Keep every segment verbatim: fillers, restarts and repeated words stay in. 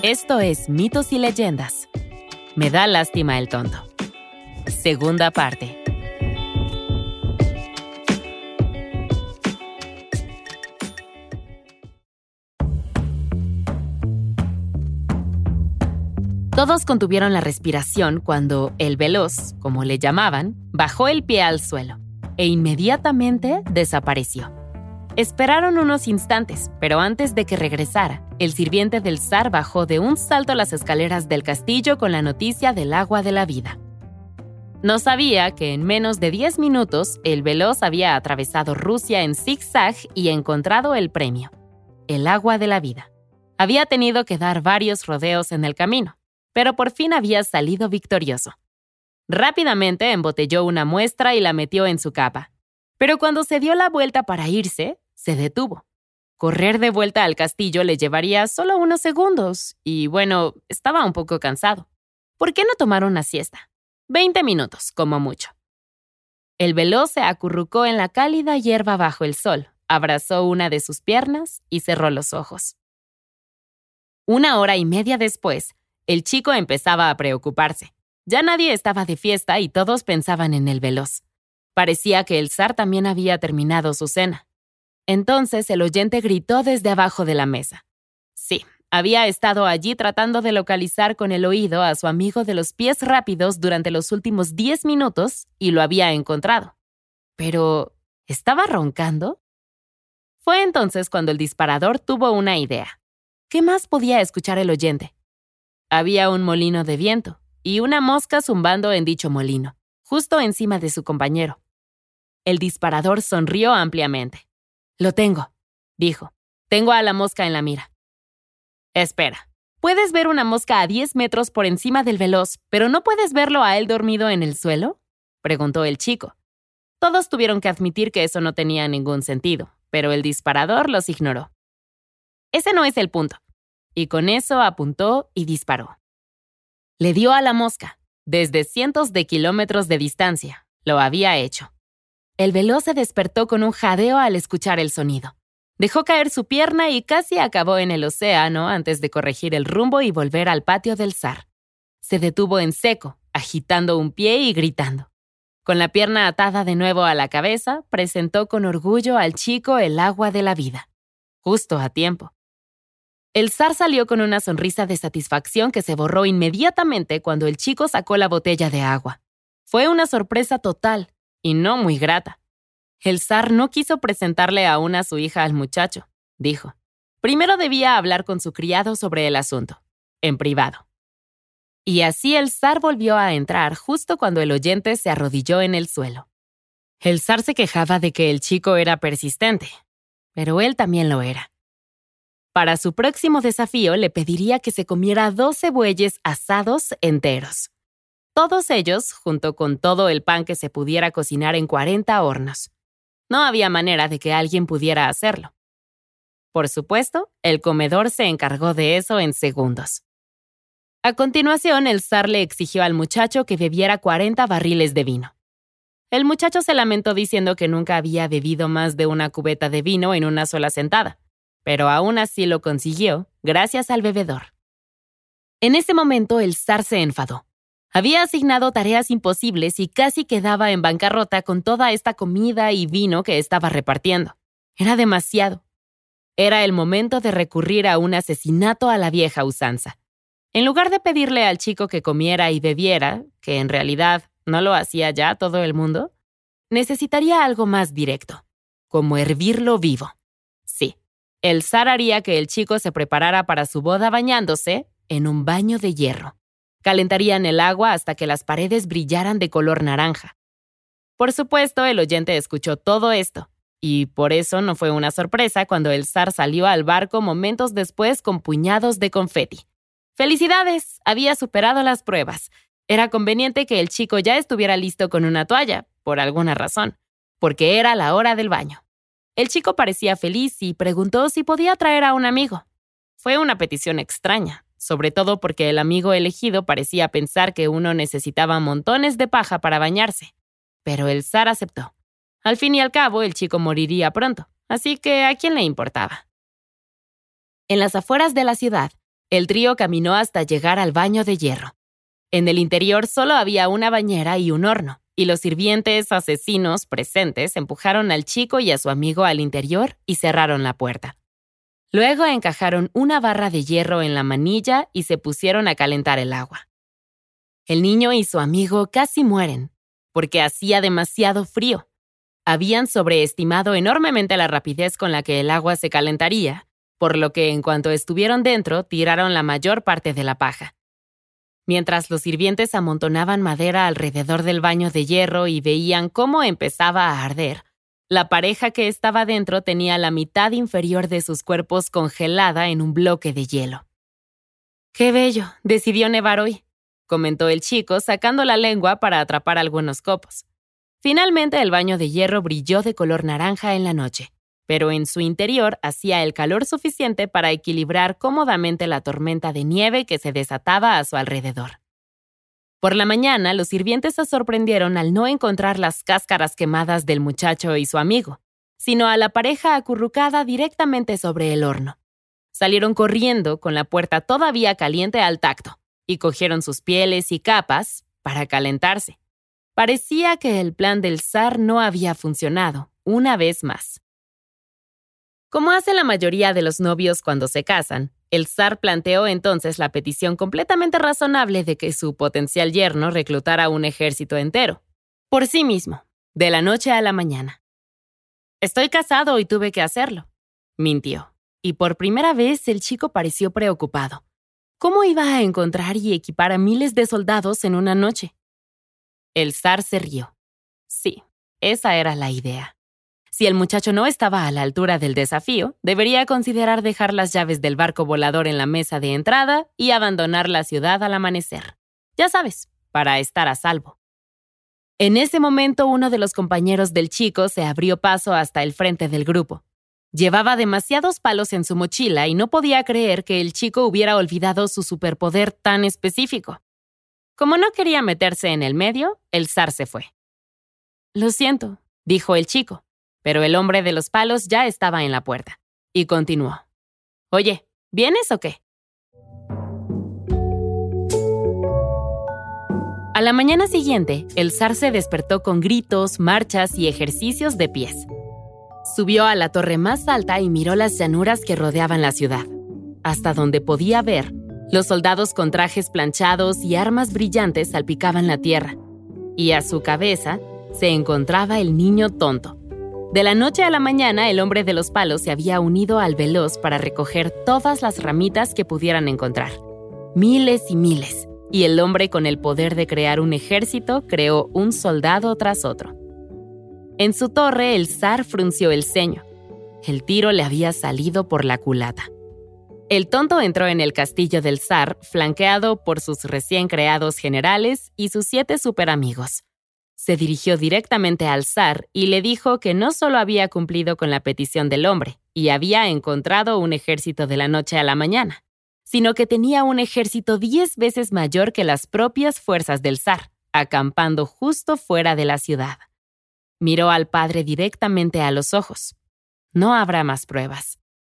Esto es Mitos y Leyendas. Me da lástima el tonto. Segunda parte. Todos contuvieron la respiración cuando el veloz, como le llamaban, bajó el pie al suelo e inmediatamente desapareció. Esperaron unos instantes, pero antes de que regresara, el sirviente del zar bajó de un salto las escaleras del castillo con la noticia del agua de la vida. No sabía que en menos de diez minutos el veloz había atravesado Rusia en zigzag y encontrado el premio, el agua de la vida. Había tenido que dar varios rodeos en el camino, pero por fin había salido victorioso. Rápidamente embotelló una muestra y la metió en su capa. Pero cuando se dio la vuelta para irse, se detuvo. Correr de vuelta al castillo le llevaría solo unos segundos y, bueno, estaba un poco cansado. ¿Por qué no tomar una siesta? Veinte minutos, como mucho. El veloz se acurrucó en la cálida hierba bajo el sol, abrazó una de sus piernas y cerró los ojos. Una hora y media después, el chico empezaba a preocuparse. Ya nadie estaba de fiesta y todos pensaban en el veloz. Parecía que el zar también había terminado su cena. Entonces el oyente gritó desde abajo de la mesa. Sí, había estado allí tratando de localizar con el oído a su amigo de los pies rápidos durante los últimos diez minutos y lo había encontrado. Pero, ¿estaba roncando? Fue entonces cuando el disparador tuvo una idea. ¿Qué más podía escuchar el oyente? Había un molino de viento y una mosca zumbando en dicho molino, justo encima de su compañero. El disparador sonrió ampliamente. «Lo tengo», dijo. «Tengo a la mosca en la mira». «Espera, ¿puedes ver una mosca a diez metros por encima del veloz, pero no puedes verlo a él dormido en el suelo?», preguntó el chico. Todos tuvieron que admitir que eso no tenía ningún sentido, pero el disparador los ignoró. «Ese no es el punto». Y con eso apuntó y disparó. Le dio a la mosca, desde cientos de kilómetros de distancia. Lo había hecho. El veloz se despertó con un jadeo al escuchar el sonido. Dejó caer su pierna y casi acabó en el océano antes de corregir el rumbo y volver al patio del zar. Se detuvo en seco, agitando un pie y gritando. Con la pierna atada de nuevo a la cabeza, presentó con orgullo al chico el agua de la vida. Justo a tiempo. El zar salió con una sonrisa de satisfacción que se borró inmediatamente cuando el chico sacó la botella de agua. Fue una sorpresa total y no muy grata. El zar no quiso presentarle aún a su hija al muchacho, dijo. Primero debía hablar con su criado sobre el asunto, en privado. Y así el zar volvió a entrar justo cuando el oyente se arrodilló en el suelo. El zar se quejaba de que el chico era persistente, pero él también lo era. Para su próximo desafío le pediría que se comiera doce bueyes asados enteros. Todos ellos, junto con todo el pan que se pudiera cocinar en cuarenta hornos. No había manera de que alguien pudiera hacerlo. Por supuesto, el comedor se encargó de eso en segundos. A continuación, el zar le exigió al muchacho que bebiera cuarenta barriles de vino. El muchacho se lamentó diciendo que nunca había bebido más de una cubeta de vino en una sola sentada. Pero aún así lo consiguió, gracias al bebedor. En ese momento el zar se enfadó. Había asignado tareas imposibles y casi quedaba en bancarrota con toda esta comida y vino que estaba repartiendo. Era demasiado. Era el momento de recurrir a un asesinato a la vieja usanza. En lugar de pedirle al chico que comiera y bebiera, que en realidad no lo hacía ya todo el mundo, necesitaría algo más directo, como hervirlo vivo. Sí. El zar haría que el chico se preparara para su boda bañándose en un baño de hierro. Calentarían el agua hasta que las paredes brillaran de color naranja. Por supuesto, el oyente escuchó todo esto, y por eso no fue una sorpresa cuando el zar salió al barco momentos después con puñados de confeti. ¡Felicidades! Había superado las pruebas. Era conveniente que el chico ya estuviera listo con una toalla, por alguna razón, porque era la hora del baño. El chico parecía feliz y preguntó si podía traer a un amigo. Fue una petición extraña, sobre todo porque el amigo elegido parecía pensar que uno necesitaba montones de paja para bañarse. Pero el zar aceptó. Al fin y al cabo, el chico moriría pronto, así que ¿a quién le importaba? En las afueras de la ciudad, El trío caminó hasta llegar al baño de hierro. En el interior solo había una bañera y un horno, y los sirvientes asesinos presentes empujaron al chico y a su amigo al interior y cerraron la puerta. Luego encajaron una barra de hierro en la manilla y se pusieron a calentar el agua. El niño y su amigo casi mueren, porque hacía demasiado frío. Habían sobreestimado enormemente la rapidez con la que el agua se calentaría, por lo que en cuanto estuvieron dentro, tiraron la mayor parte de la paja. Mientras los sirvientes amontonaban madera alrededor del baño de hierro y veían cómo empezaba a arder, la pareja que estaba dentro tenía la mitad inferior de sus cuerpos congelada en un bloque de hielo. «Qué bello, decidió nevar hoy», comentó el chico sacando la lengua para atrapar algunos copos. Finalmente el baño de hierro brilló de color naranja en la noche, pero en su interior hacía el calor suficiente para equilibrar cómodamente la tormenta de nieve que se desataba a su alrededor. Por la mañana, los sirvientes se sorprendieron al no encontrar las cáscaras quemadas del muchacho y su amigo, sino a la pareja acurrucada directamente sobre el horno. Salieron corriendo con la puerta todavía caliente al tacto y cogieron sus pieles y capas para calentarse. Parecía que el plan del zar no había funcionado, una vez más. Como hace la mayoría de los novios cuando se casan, el zar planteó entonces la petición completamente razonable de que su potencial yerno reclutara un ejército entero, por sí mismo, de la noche a la mañana. «Estoy casado y tuve que hacerlo», mintió, y por primera vez el chico pareció preocupado. ¿Cómo iba a encontrar y equipar a miles de soldados en una noche? El zar se rió. Sí, esa era la idea. Si el muchacho no estaba a la altura del desafío, debería considerar dejar las llaves del barco volador en la mesa de entrada y abandonar la ciudad al amanecer. Ya sabes, para estar a salvo. En ese momento, uno de los compañeros del chico se abrió paso hasta el frente del grupo. Llevaba demasiados palos en su mochila y no podía creer que el chico hubiera olvidado su superpoder tan específico. Como no quería meterse en el medio, el zar se fue. «Lo siento», dijo el chico, pero el hombre de los palos ya estaba en la puerta. Y continuó. «Oye, ¿vienes o qué?» A la mañana siguiente, el zar se despertó con gritos, marchas y ejercicios de pies. Subió a la torre más alta y miró las llanuras que rodeaban la ciudad. Hasta donde podía ver, los soldados con trajes planchados y armas brillantes salpicaban la tierra, y a su cabeza se encontraba el niño tonto. De la noche a la mañana, el hombre de los palos se había unido al veloz para recoger todas las ramitas que pudieran encontrar. Miles y miles, y el hombre con el poder de crear un ejército creó un soldado tras otro. En su torre, el zar frunció el ceño. El tiro le había salido por la culata. El tonto entró en el castillo del zar, flanqueado por sus recién creados generales y sus siete superamigos. Se dirigió directamente al zar y le dijo que no solo había cumplido con la petición del hombre y había encontrado un ejército de la noche a la mañana, sino que tenía un ejército diez veces mayor que las propias fuerzas del zar, acampando justo fuera de la ciudad. Miró al padre directamente a los ojos. No habrá más pruebas.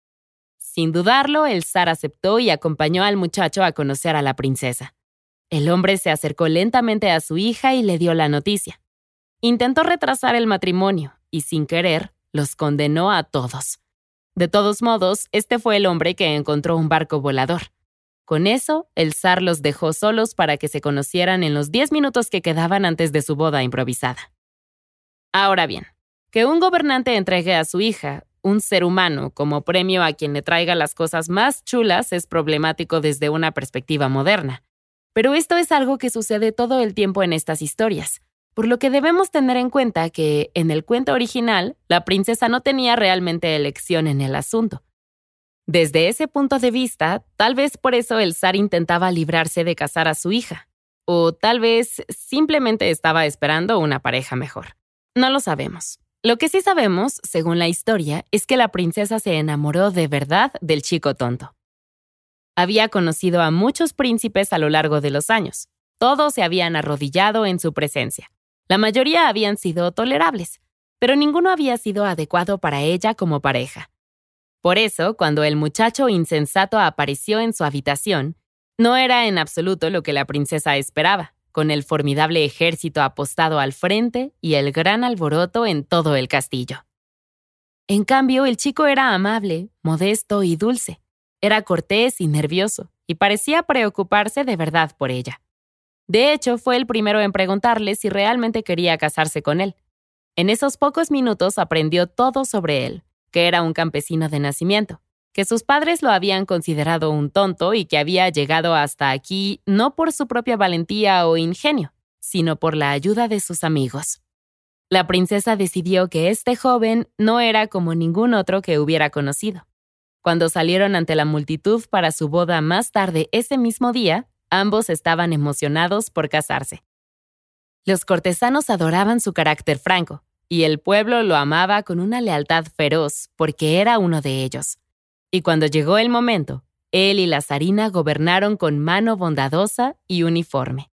Sin dudarlo, el zar aceptó y acompañó al muchacho a conocer a la princesa. El hombre se acercó lentamente a su hija y le dio la noticia. Intentó retrasar el matrimonio y, sin querer, los condenó a todos. De todos modos, este fue el hombre que encontró un barco volador. Con eso, el zar los dejó solos para que se conocieran en los diez minutos que quedaban antes de su boda improvisada. Ahora bien, que un gobernante entregue a su hija, un ser humano, como premio a quien le traiga las cosas más chulas es problemático desde una perspectiva moderna. Pero esto es algo que sucede todo el tiempo en estas historias, por lo que debemos tener en cuenta que, en el cuento original, la princesa no tenía realmente elección en el asunto. Desde ese punto de vista, tal vez por eso el zar intentaba librarse de casar a su hija, o tal vez simplemente estaba esperando una pareja mejor. No lo sabemos. Lo que sí sabemos, según la historia, es que la princesa se enamoró de verdad del chico tonto. Había conocido a muchos príncipes a lo largo de los años. Todos se habían arrodillado en su presencia. La mayoría habían sido tolerables, pero ninguno había sido adecuado para ella como pareja. Por eso, cuando el muchacho insensato apareció en su habitación, no era en absoluto lo que la princesa esperaba, con el formidable ejército apostado al frente y el gran alboroto en todo el castillo. En cambio, el chico era amable, modesto y dulce. Era cortés y nervioso, y parecía preocuparse de verdad por ella. De hecho, fue el primero en preguntarle si realmente quería casarse con él. En esos pocos minutos aprendió todo sobre él, que era un campesino de nacimiento, que sus padres lo habían considerado un tonto y que había llegado hasta aquí no por su propia valentía o ingenio, sino por la ayuda de sus amigos. La princesa decidió que este joven no era como ningún otro que hubiera conocido. Cuando salieron ante la multitud para su boda más tarde ese mismo día, ambos estaban emocionados por casarse. Los cortesanos adoraban su carácter franco, y el pueblo lo amaba con una lealtad feroz porque era uno de ellos. Y cuando llegó el momento, él y la zarina gobernaron con mano bondadosa y uniforme.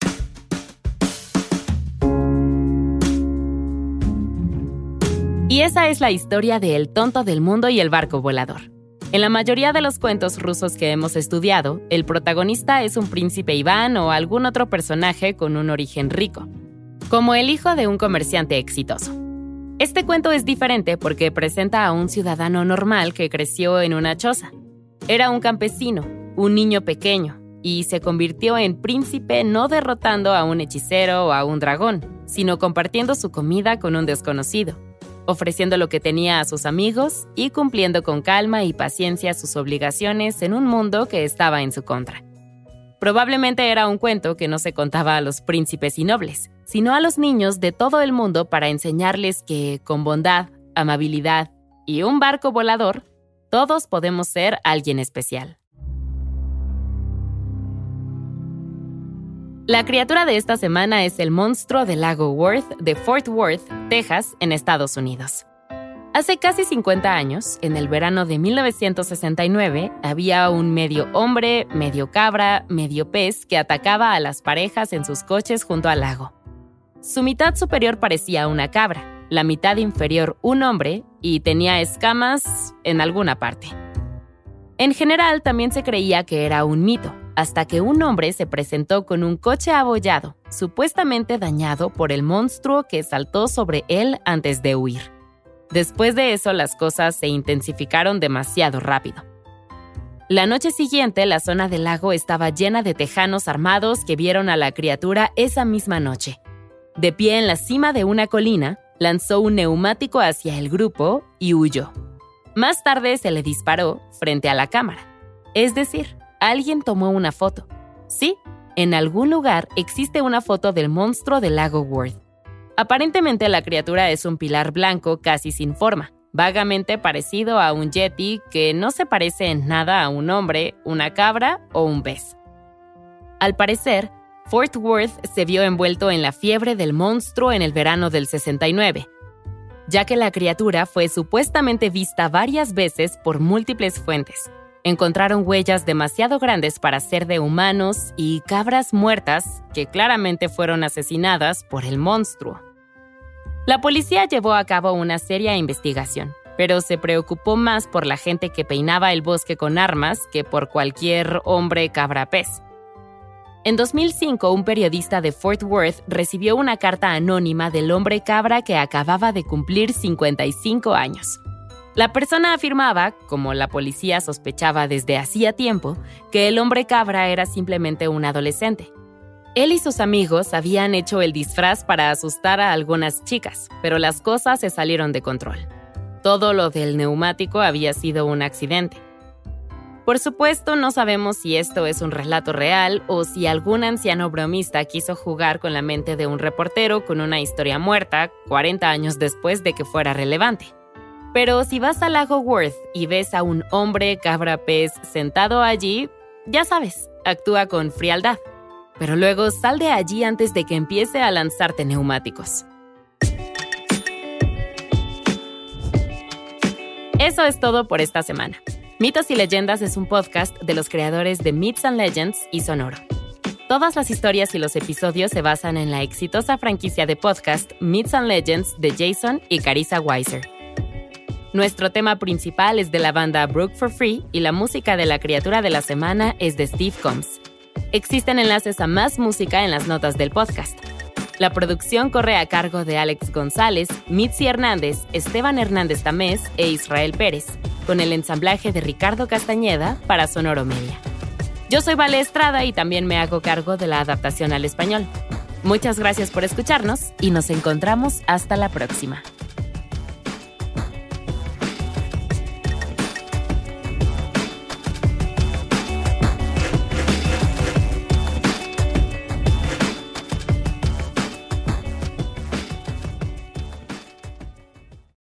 Y esa es la historia de El tonto del mundo y el barco volador. En la mayoría de los cuentos rusos que hemos estudiado, el protagonista es un príncipe Iván o algún otro personaje con un origen rico, como el hijo de un comerciante exitoso. Este cuento es diferente porque presenta a un ciudadano normal que creció en una choza. Era un campesino, un niño pequeño, y se convirtió en príncipe no derrotando a un hechicero o a un dragón, sino compartiendo su comida con un desconocido, ofreciendo lo que tenía a sus amigos y cumpliendo con calma y paciencia sus obligaciones en un mundo que estaba en su contra. Probablemente era un cuento que no se contaba a los príncipes y nobles, sino a los niños de todo el mundo para enseñarles que, con bondad, amabilidad y un barco volador, todos podemos ser alguien especial. La criatura de esta semana es el monstruo del lago Worth de Fort Worth, Texas, en Estados Unidos. Hace casi cincuenta años, en el verano de mil novecientos sesenta y nueve, había un medio hombre, medio cabra, medio pez que atacaba a las parejas en sus coches junto al lago. Su mitad superior parecía una cabra, la mitad inferior un hombre y tenía escamas en alguna parte. En general, también se creía que era un mito, hasta que un hombre se presentó con un coche abollado, supuestamente dañado por el monstruo que saltó sobre él antes de huir. Después de eso, las cosas se intensificaron demasiado rápido. La noche siguiente, la zona del lago estaba llena de tejanos armados que vieron a la criatura esa misma noche. De pie en la cima de una colina, lanzó un neumático hacia el grupo y huyó. Más tarde se le disparó frente a la cámara. Es decir, alguien tomó una foto. Sí, en algún lugar existe una foto del monstruo del lago Worth. Aparentemente la criatura es un pilar blanco casi sin forma, vagamente parecido a un yeti que no se parece en nada a un hombre, una cabra o un pez. Al parecer, Fort Worth se vio envuelto en la fiebre del monstruo en el verano del sesenta y nueve, ya que la criatura fue supuestamente vista varias veces por múltiples fuentes. Encontraron huellas demasiado grandes para ser de humanos y cabras muertas que claramente fueron asesinadas por el monstruo. La policía llevó a cabo una seria investigación, pero se preocupó más por la gente que peinaba el bosque con armas que por cualquier hombre cabra pez. En dos mil cinco, un periodista de Fort Worth recibió una carta anónima del hombre cabra que acababa de cumplir cincuenta y cinco años. La persona afirmaba, como la policía sospechaba desde hacía tiempo, que el hombre cabra era simplemente un adolescente. Él y sus amigos habían hecho el disfraz para asustar a algunas chicas, pero las cosas se salieron de control. Todo lo del neumático había sido un accidente. Por supuesto, no sabemos si esto es un relato real o si algún anciano bromista quiso jugar con la mente de un reportero con una historia muerta cuarenta años después de que fuera relevante. Pero si vas al lago Worth y ves a un hombre cabra pez sentado allí, ya sabes, actúa con frialdad. Pero luego sal de allí antes de que empiece a lanzarte neumáticos. Eso es todo por esta semana. Mitos y Leyendas es un podcast de los creadores de Myths and Legends y Sonoro. Todas las historias y los episodios se basan en la exitosa franquicia de podcast Myths and Legends de Jason y Carissa Weiser. Nuestro tema principal es de la banda Broke for Free y la música de la criatura de la semana es de Steve Combs. Existen enlaces a más música en las notas del podcast. La producción corre a cargo de Alex González, Mitzi Hernández, Esteban Hernández Tamés e Israel Pérez, con el ensamblaje de Ricardo Castañeda para Sonoro Media. Yo soy Vale Estrada y también me hago cargo de la adaptación al español. Muchas gracias por escucharnos y nos encontramos hasta la próxima.